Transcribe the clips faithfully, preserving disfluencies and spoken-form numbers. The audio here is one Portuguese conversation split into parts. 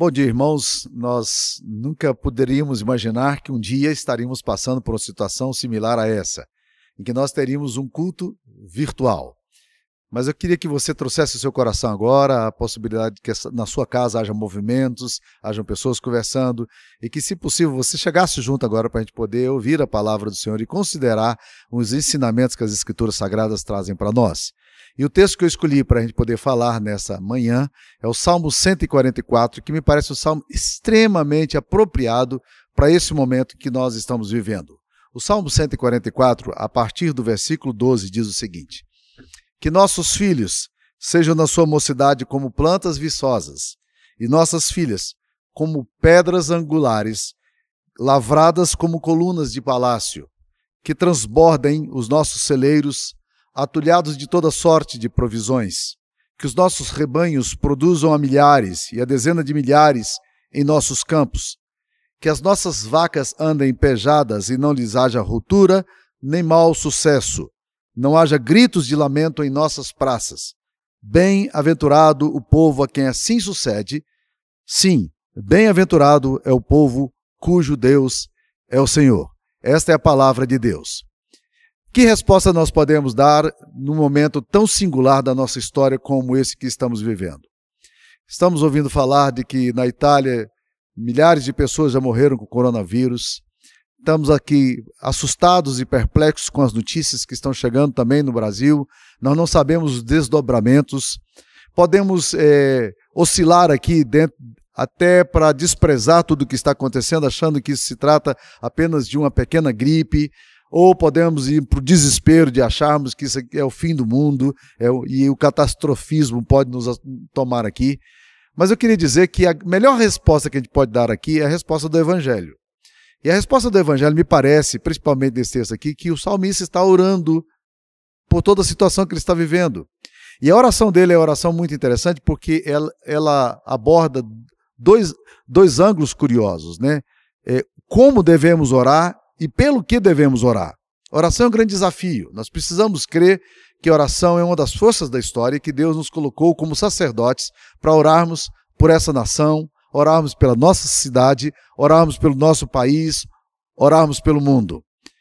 Bom dia, irmãos. Nós nunca poderíamos imaginar que um dia estaríamos passando por uma situação similar a essa, em que nós teríamos um culto virtual. Mas eu queria que você trouxesse ao seu coração agora a possibilidade de que na sua casa haja movimentos, hajam pessoas conversando, e que, se possível, você chegasse junto agora para a gente poder ouvir a palavra do Senhor e considerar os ensinamentos que as Escrituras Sagradas trazem para nós. E o texto que eu escolhi para a gente poder falar nessa manhã é o Salmo cento e quarenta e quatro, que me parece um salmo extremamente apropriado para esse momento que nós estamos vivendo. O Salmo cento e quarenta e quatro, a partir do versículo doze, diz o seguinte: que nossos filhos sejam na sua mocidade como plantas viçosas, e nossas filhas como pedras angulares, lavradas como colunas de palácio, que transbordem os nossos celeiros, atulhados de toda sorte de provisões, que os nossos rebanhos produzam a milhares e a dezena de milhares em nossos campos, que as nossas vacas andem pejadas e não lhes haja ruptura nem mau sucesso, não haja gritos de lamento em nossas praças. Bem-aventurado o povo a quem assim sucede. Sim, bem-aventurado é o povo cujo Deus é o Senhor. Esta é a palavra de Deus. Que resposta nós podemos dar num momento tão singular da nossa história como esse que estamos vivendo? Estamos ouvindo falar de que na Itália milhares de pessoas já morreram com o coronavírus. Estamos aqui assustados e perplexos com as notícias que estão chegando também no Brasil. Nós não sabemos os desdobramentos. Podemos é, oscilar aqui dentro, até para desprezar tudo o que está acontecendo, achando que isso se trata apenas de uma pequena gripe, ou podemos ir para o desespero de acharmos que isso é o fim do mundo é o, e o catastrofismo pode nos tomar aqui. Mas eu queria dizer que a melhor resposta que a gente pode dar aqui é a resposta do Evangelho. E a resposta do Evangelho me parece, principalmente nesse texto aqui, que o salmista está orando por toda a situação que ele está vivendo. E a oração dele é uma oração muito interessante porque ela, ela aborda dois, dois ângulos curiosos, né? É, como devemos orar e pelo que devemos orar. Oração é um grande desafio. Nós precisamos crer que a oração é uma das forças da história e que Deus nos colocou como sacerdotes para orarmos por essa nação, orarmos pela nossa cidade, orarmos pelo nosso país, orarmos pelo mundo.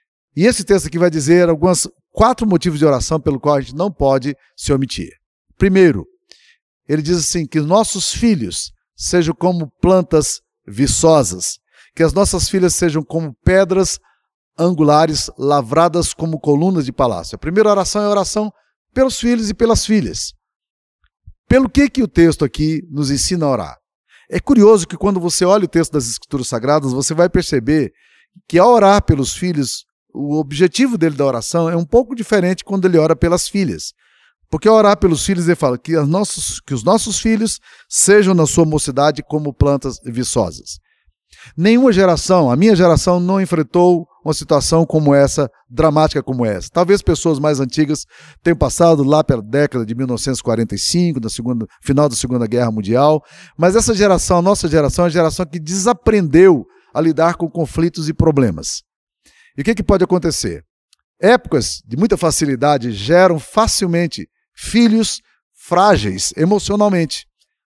E esse texto aqui vai dizer alguns quatro motivos de oração pelo qual a gente não pode se omitir. Primeiro, ele diz assim, que nossos filhos sejam como plantas viçosas, que as nossas filhas sejam como pedras angulares lavradas como colunas de palácio. A primeira oração é a oração pelos filhos e pelas filhas. Pelo que que o texto aqui nos ensina a orar? É curioso que quando você olha o texto das Escrituras Sagradas, você vai perceber que ao orar pelos filhos, o objetivo dele da oração é um pouco diferente quando ele ora pelas filhas. Porque ao orar pelos filhos, ele fala que, as nossos, que os nossos filhos sejam na sua mocidade como plantas viçosas. Nenhuma geração, a minha geração, não enfrentou uma situação como essa, dramática como essa. Talvez pessoas mais antigas tenham passado lá pela década de mil novecentos e quarenta e cinco, no segunda, final da Segunda Guerra Mundial, mas essa geração, a nossa geração, é a geração que desaprendeu a lidar com conflitos e problemas. E o que, que pode acontecer? Épocas de muita facilidade geram facilmente filhos frágeis emocionalmente.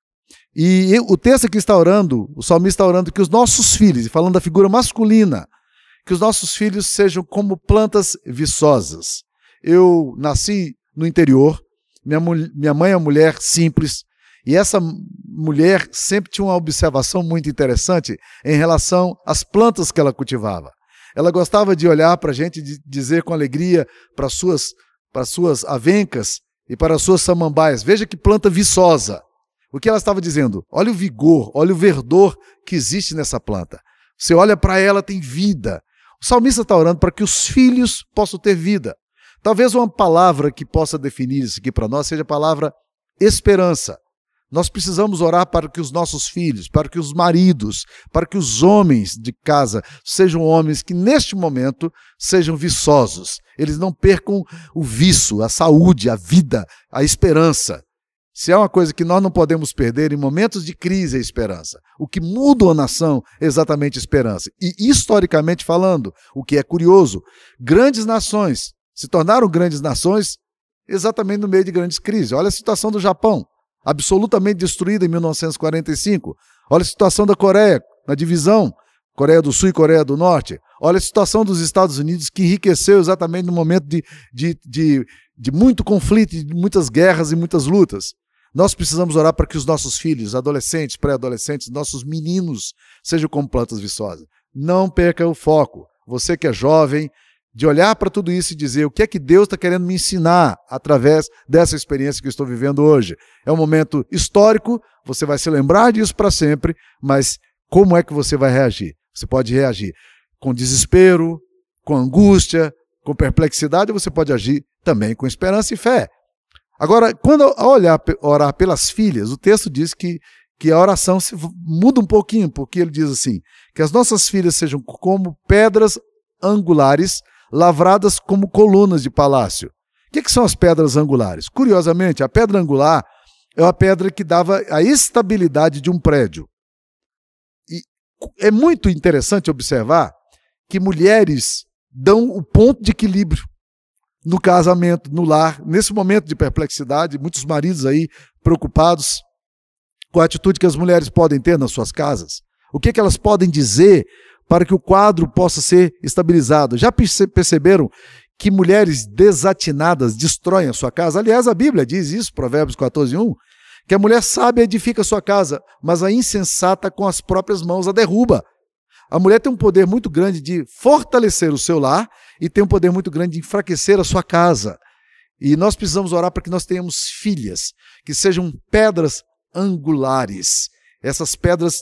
E o texto aqui está orando, o salmista está orando que os nossos filhos, e falando da figura masculina, que os nossos filhos sejam como plantas viçosas. Eu nasci no interior, minha, minha mãe é uma mulher simples, e essa mulher sempre tinha uma observação muito interessante em relação às plantas que ela cultivava. Ela gostava de olhar para a gente e dizer com alegria para as suas, para as suas avencas e para as suas samambaias, veja que planta viçosa. O que ela estava dizendo? Olha o vigor, olha o verdor que existe nessa planta. Você olha para ela, tem vida. O salmista está orando para que os filhos possam ter vida. Talvez uma palavra que possa definir isso aqui para nós seja a palavra esperança. Nós precisamos orar para que os nossos filhos, para que os maridos, para que os homens de casa sejam homens que neste momento sejam viçosos. Eles não percam o vício, a saúde, a vida, a esperança. Se há uma coisa que nós não podemos perder em momentos de crise, é a esperança. O que muda a nação é exatamente a esperança. E, historicamente falando, o que é curioso, grandes nações se tornaram grandes nações exatamente no meio de grandes crises. Olha a situação do Japão, absolutamente destruída em mil novecentos e quarenta e cinco. Olha a situação da Coreia, na divisão, Coreia do Sul e Coreia do Norte. Olha a situação dos Estados Unidos, que enriqueceu exatamente no momento de, de, de, de muito conflito, de muitas guerras e muitas lutas. Nós precisamos orar para que os nossos filhos, adolescentes, pré-adolescentes, nossos meninos, sejam como plantas viçosas. Não perca o foco. Você que é jovem, de olhar para tudo isso e dizer o que é que Deus está querendo me ensinar através dessa experiência que eu estou vivendo hoje. É um momento histórico, você vai se lembrar disso para sempre, mas como é que você vai reagir? Você pode reagir com desespero, com angústia, com perplexidade, ou você pode agir também com esperança e fé. Agora, quando eu olhar, orar pelas filhas, o texto diz que, que a oração se muda um pouquinho, porque ele diz assim, que as nossas filhas sejam como pedras angulares, lavradas como colunas de palácio. O que, que são as pedras angulares? Curiosamente, a pedra angular é uma pedra que dava a estabilidade de um prédio. E é muito interessante observar que mulheres dão o ponto de equilíbrio no casamento, no lar, nesse momento de perplexidade, muitos maridos aí preocupados com a atitude que as mulheres podem ter nas suas casas. O que, que elas podem dizer para que o quadro possa ser estabilizado? Já perceberam que mulheres desatinadas destroem a sua casa? Aliás, a Bíblia diz isso, Provérbios quatorze, um, que a mulher sábia edifica a sua casa, mas a insensata com as próprias mãos a derruba. A mulher tem um poder muito grande de fortalecer o seu lar e tem um poder muito grande de enfraquecer a sua casa. E nós precisamos orar para que nós tenhamos filhas que sejam pedras angulares, essas pedras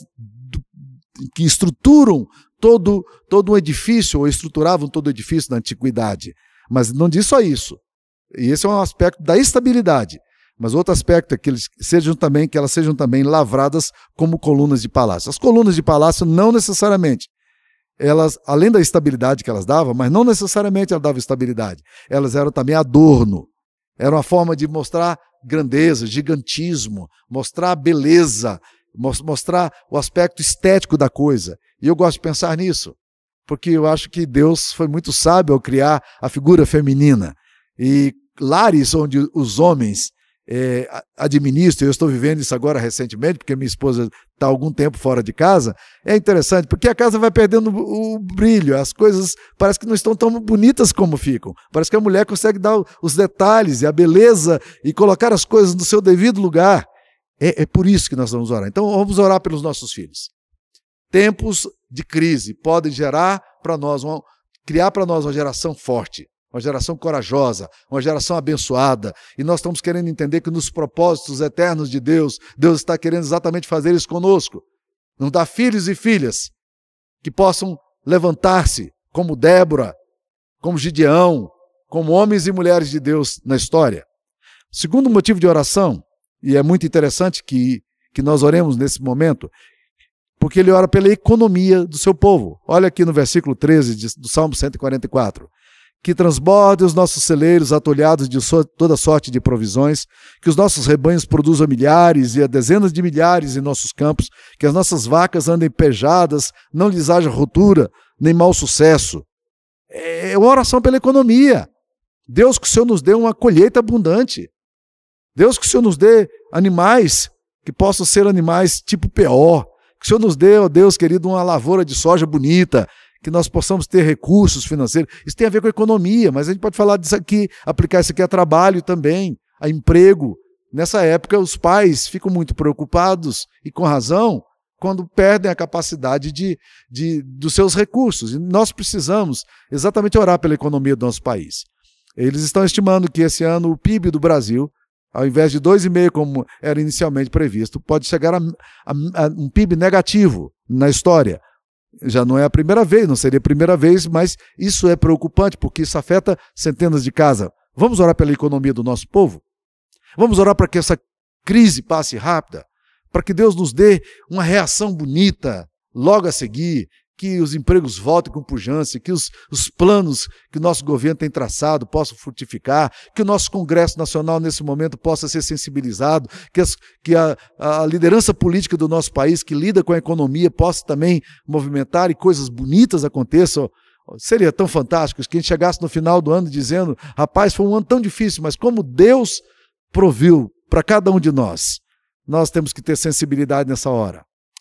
que estruturam todo, todo um edifício, ou estruturavam todo o edifício na antiguidade. Mas não diz só isso. E esse é um aspecto da estabilidade. Mas outro aspecto é que, eles sejam também, que elas sejam também lavradas como colunas de palácio. As colunas de palácio não necessariamente, elas, além da estabilidade que elas davam, mas não necessariamente elas davam estabilidade. Elas eram também adorno. Era uma forma de mostrar grandeza, gigantismo, mostrar beleza, mostrar o aspecto estético da coisa. E eu gosto de pensar nisso, porque eu acho que Deus foi muito sábio ao criar a figura feminina. E lares onde os homens é, administram, eu estou vivendo isso agora recentemente, porque minha esposa está há algum tempo fora de casa, é interessante, porque a casa vai perdendo o brilho, as coisas parece que não estão tão bonitas como ficam. Parece que a mulher consegue dar os detalhes e a beleza e colocar as coisas no seu devido lugar. É, é por isso que nós vamos orar. Então vamos orar pelos nossos filhos. Tempos de crise podem gerar para nós, uma, criar para nós uma geração forte, uma geração corajosa, uma geração abençoada. E nós estamos querendo entender que nos propósitos eternos de Deus, Deus está querendo exatamente fazer isso conosco. Nos dar filhos e filhas que possam levantar-se como Débora, como Gideão, como homens e mulheres de Deus na história. Segundo motivo de oração, e é muito interessante que, que nós oremos nesse momento, porque ele ora pela economia do seu povo. Olha aqui no versículo treze do Salmo cento e quarenta e quatro. Que transborde os nossos celeiros atolhados de so- toda sorte de provisões, que os nossos rebanhos produzam milhares e a dezenas de milhares em nossos campos, que as nossas vacas andem pejadas, não lhes haja rotura, nem mau sucesso. É uma oração pela economia. Deus, que o Senhor nos dê uma colheita abundante. Deus, que o Senhor nos dê animais que possam ser animais tipo P O. Que o Senhor nos dê, ó Deus querido, uma lavoura de soja bonita, que nós possamos ter recursos financeiros. Isso tem a ver com a economia, mas a gente pode falar disso aqui, aplicar isso aqui a trabalho também, a emprego. Nessa época, os pais ficam muito preocupados, e com razão, quando perdem a capacidade de, de, dos seus recursos. E nós precisamos exatamente orar pela economia do nosso país. Eles estão estimando que esse ano o P I B do Brasil, ao invés de dois vírgula cinco como era inicialmente previsto, pode chegar a, a, a um P I B negativo na história. Já não é a primeira vez, não seria a primeira vez, mas isso é preocupante, porque isso afeta centenas de casas. Vamos orar pela economia do nosso povo? Vamos orar para que essa crise passe rápida, para que Deus nos dê uma reação bonita logo a seguir, que os empregos voltem com pujança, que os, os planos que o nosso governo tem traçado possam frutificar, que o nosso Congresso Nacional nesse momento possa ser sensibilizado, que, as, que a, a liderança política do nosso país que lida com a economia possa também movimentar e coisas bonitas aconteçam. Seria tão fantástico que a gente chegasse no final do ano dizendo, rapaz, foi um ano tão difícil, mas como Deus proviu para cada um de nós, nós temos que ter sensibilidade nessa hora.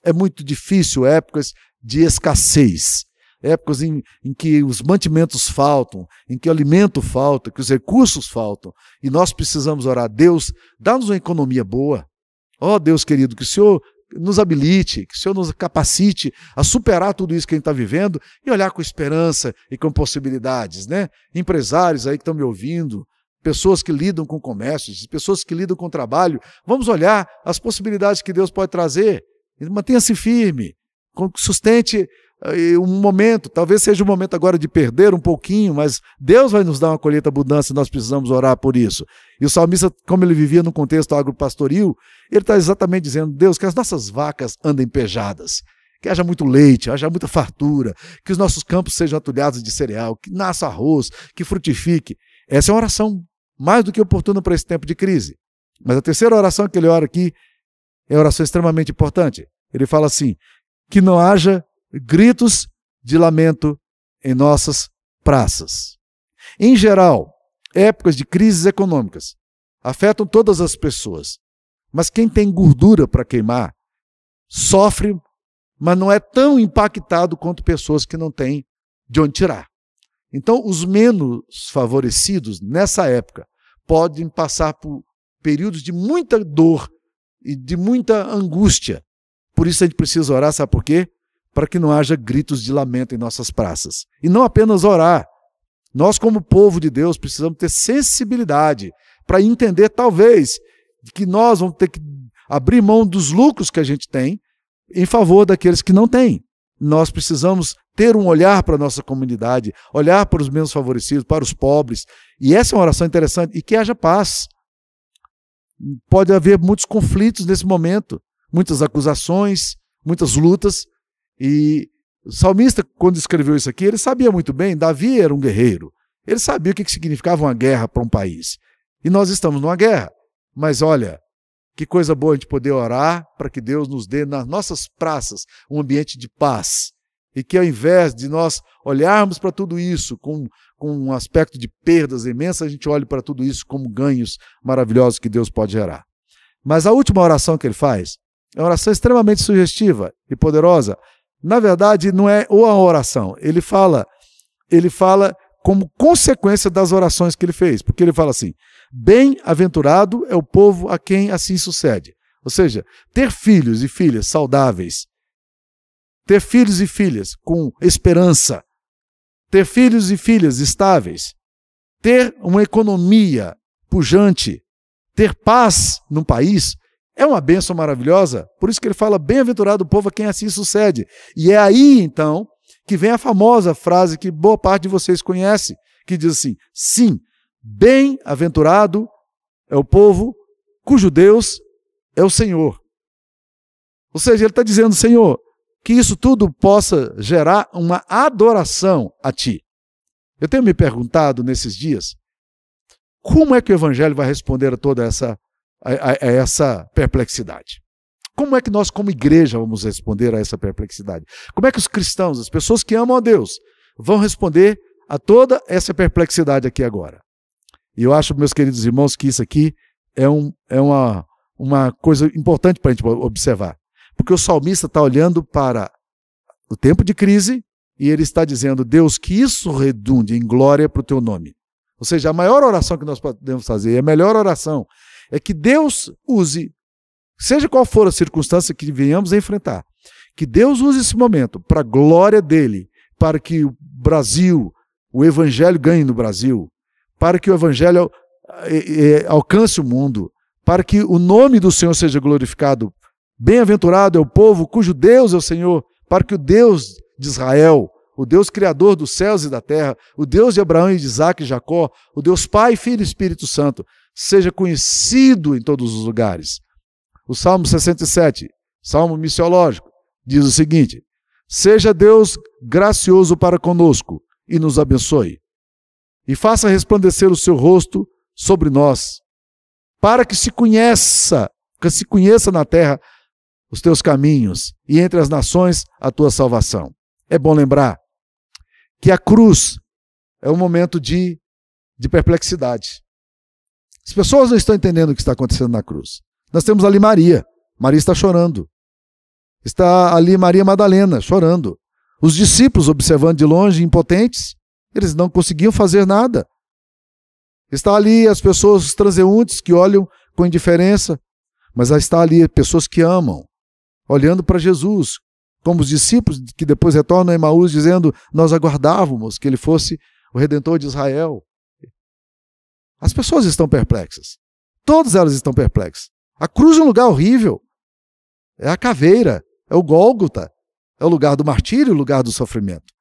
É muito difícil, épocas de escassez, épocas em, em que os mantimentos faltam, em que o alimento falta, que os recursos faltam, e nós precisamos orar. Deus, dá-nos uma economia boa. Ó Deus querido, que o Senhor nos habilite, que o Senhor nos capacite a superar tudo isso que a gente está vivendo e olhar com esperança e com possibilidades, né? Empresários aí que estão me ouvindo, pessoas que lidam com comércios, pessoas que lidam com trabalho, vamos olhar as possibilidades que Deus pode trazer. Mantenha-se firme, sustente um momento, talvez seja o momento agora de perder um pouquinho, mas Deus vai nos dar uma colheita abundância e nós precisamos orar por isso. E o salmista, como ele vivia no contexto agropastoril, ele está exatamente dizendo, Deus, que as nossas vacas andem pejadas, que haja muito leite, haja muita fartura, que os nossos campos sejam atulhados de cereal, que nasça arroz, que frutifique. Essa é uma oração mais do que oportuna para esse tempo de crise. Mas a terceira oração que ele ora aqui é uma oração extremamente importante. Ele fala assim, que não haja gritos de lamento em nossas praças. Em geral, épocas de crises econômicas afetam todas as pessoas, mas quem tem gordura para queimar sofre, mas não é tão impactado quanto pessoas que não têm de onde tirar. Então, os menos favorecidos nessa época podem passar por períodos de muita dor e de muita angústia. Por isso a gente precisa orar, sabe por quê? Para que não haja gritos de lamento em nossas praças. E não apenas orar. Nós, como povo de Deus, precisamos ter sensibilidade para entender, talvez, que nós vamos ter que abrir mão dos lucros que a gente tem em favor daqueles que não têm. Nós precisamos ter um olhar para a nossa comunidade, olhar para os menos favorecidos, para os pobres. E essa é uma oração interessante. E que haja paz. Pode haver muitos conflitos nesse momento, muitas acusações, muitas lutas. E o salmista, quando escreveu isso aqui, ele sabia muito bem, Davi era um guerreiro. Ele sabia o que significava uma guerra para um país. E nós estamos numa guerra. Mas olha, que coisa boa a gente poder orar para que Deus nos dê nas nossas praças um ambiente de paz. E que ao invés de nós olharmos para tudo isso com, com um aspecto de perdas imensas, a gente olhe para tudo isso como ganhos maravilhosos que Deus pode gerar. Mas a última oração que ele faz é uma oração extremamente sugestiva e poderosa. Na verdade, não é uma oração. Ele fala, ele fala como consequência das orações que ele fez. Porque ele fala assim, bem-aventurado é o povo a quem assim sucede. Ou seja, ter filhos e filhas saudáveis, ter filhos e filhas com esperança, ter filhos e filhas estáveis, ter uma economia pujante, ter paz num país, é uma bênção maravilhosa. Por isso que ele fala, bem-aventurado o povo a quem assim sucede. E é aí, então, que vem a famosa frase que boa parte de vocês conhece, que diz assim, sim, bem-aventurado é o povo cujo Deus é o Senhor. Ou seja, ele está dizendo, Senhor, que isso tudo possa gerar uma adoração a Ti. Eu tenho me perguntado nesses dias, como é que o Evangelho vai responder a toda essa, a, a, a essa perplexidade? Como é que nós, como igreja, vamos responder a essa perplexidade? Como é que os cristãos, as pessoas que amam a Deus, vão responder a toda essa perplexidade aqui agora? E eu acho, meus queridos irmãos, que isso aqui é, um, é uma, uma coisa importante para a gente observar. Porque o salmista está olhando para o tempo de crise e ele está dizendo, Deus, que isso redunde em glória para o Teu nome. Ou seja, a maior oração que nós podemos fazer, a melhor oração, é que Deus use, seja qual for a circunstância que venhamos a enfrentar, que Deus use esse momento para a glória dEle, para que o Brasil, o Evangelho ganhe no Brasil, para que o Evangelho alcance o mundo, para que o nome do Senhor seja glorificado. Bem-aventurado é o povo cujo Deus é o Senhor, para que o Deus de Israel, o Deus criador dos céus e da terra, o Deus de Abraão e de Isaac e Jacó, o Deus Pai, Filho e Espírito Santo, seja conhecido em todos os lugares. O Salmo sessenta e sete, Salmo missiológico, diz o seguinte, seja Deus gracioso para conosco e nos abençoe, e faça resplandecer o seu rosto sobre nós, para que se conheça, que se conheça na terra os teus caminhos e entre as nações a tua salvação. É bom lembrar que a cruz é um momento de, de perplexidade. As pessoas não estão entendendo o que está acontecendo na cruz. Nós temos ali Maria. Maria está chorando. Está ali Maria Madalena, chorando. Os discípulos observando de longe, impotentes, eles não conseguiam fazer nada. Está ali as pessoas, os transeuntes, que olham com indiferença, mas está ali pessoas que amam, olhando para Jesus, como os discípulos que depois retornam a Emaús dizendo, nós aguardávamos que ele fosse o Redentor de Israel. As pessoas estão perplexas. Todas elas estão perplexas. A cruz é um lugar horrível. É a caveira, é o Gólgota, é o lugar do martírio, o lugar do sofrimento.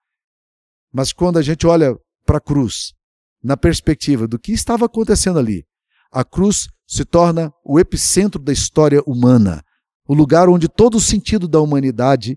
Mas quando a gente olha para a cruz, na perspectiva do que estava acontecendo ali, a cruz se torna o epicentro da história humana, o lugar onde todo o sentido da humanidade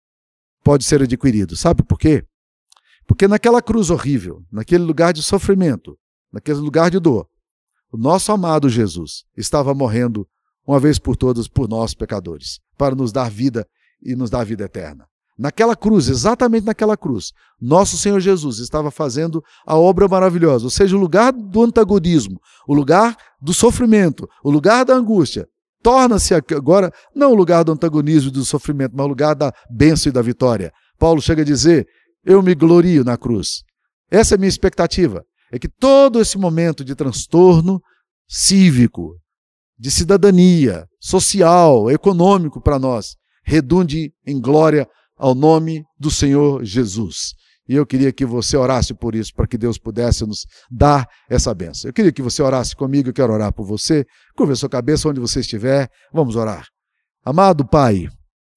pode ser adquirido. Sabe por quê? Porque naquela cruz horrível, naquele lugar de sofrimento, naquele lugar de dor, o nosso amado Jesus estava morrendo uma vez por todas por nós pecadores, para nos dar vida e nos dar vida eterna. Naquela cruz, exatamente naquela cruz, nosso Senhor Jesus estava fazendo a obra maravilhosa, ou seja, o lugar do antagonismo, o lugar do sofrimento, o lugar da angústia, torna-se agora não o lugar do antagonismo e do sofrimento, mas o lugar da bênção e da vitória. Paulo chega a dizer, eu me glorio na cruz. Essa é a minha expectativa, é que todo esse momento de transtorno cívico, de cidadania, social, econômico para nós, redunde em glória ao nome do Senhor Jesus. E eu queria que você orasse por isso, para que Deus pudesse nos dar essa bênção. Eu queria que você orasse comigo, eu quero orar por você. Curva a sua cabeça onde você estiver, vamos orar. Amado Pai,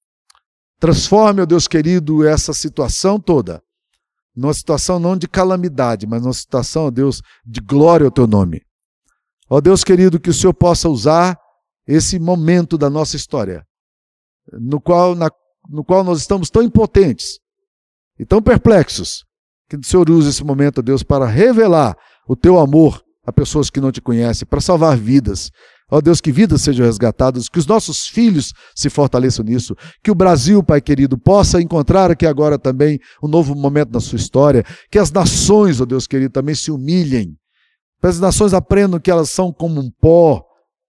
transforme, ó Deus querido, essa situação toda, numa situação não de calamidade, mas numa situação, ó Deus, de glória ao Teu nome. Ó Deus querido, que o Senhor possa usar esse momento da nossa história, no qual, na, no qual nós estamos tão impotentes e tão perplexos, que o Senhor use esse momento, ó Deus, para revelar o Teu amor a pessoas que não Te conhecem, para salvar vidas. Ó Deus, que vidas sejam resgatadas, que os nossos filhos se fortaleçam nisso, que o Brasil, Pai querido, possa encontrar aqui agora também um novo momento na sua história, que as nações, ó Deus querido, também se humilhem, que as nações aprendam que elas são como um pó,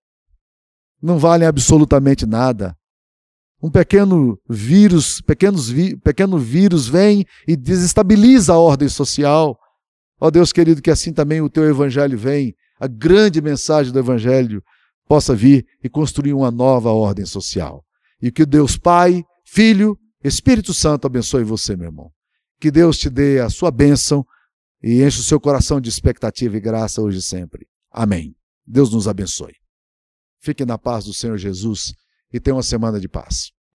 não valem absolutamente nada. Um pequeno vírus, pequenos vi, pequeno vírus vem e desestabiliza a ordem social. Ó Deus querido, que assim também o Teu Evangelho vem, a grande mensagem do Evangelho possa vir e construir uma nova ordem social. E que Deus Pai, Filho, Espírito Santo abençoe você, meu irmão. Que Deus te dê a sua bênção e enche o seu coração de expectativa e graça hoje e sempre. Amém. Deus nos abençoe. Fique na paz do Senhor Jesus e tenha uma semana de paz.